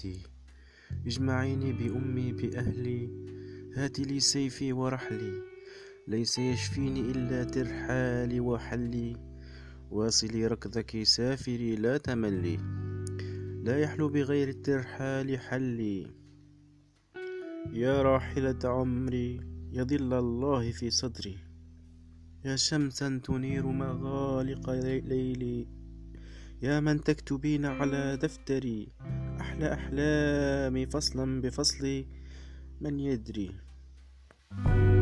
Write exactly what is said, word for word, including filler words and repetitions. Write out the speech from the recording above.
حياتي، اجمعيني بأمي بأهلي، هاتي لي سيفي ورحلي، ليس يشفيني إلا ترحالي وحلي، واصلي ركضك سافري لا تملي، لا يحلو بغير الترحال حلي. يا راحلة عمري يا ظل الله في صدري، يا شمسا تنير مغالق ليلي، يا من تكتبين على دفتري أحلى أحلامي فصلا بفصلي، من يدري.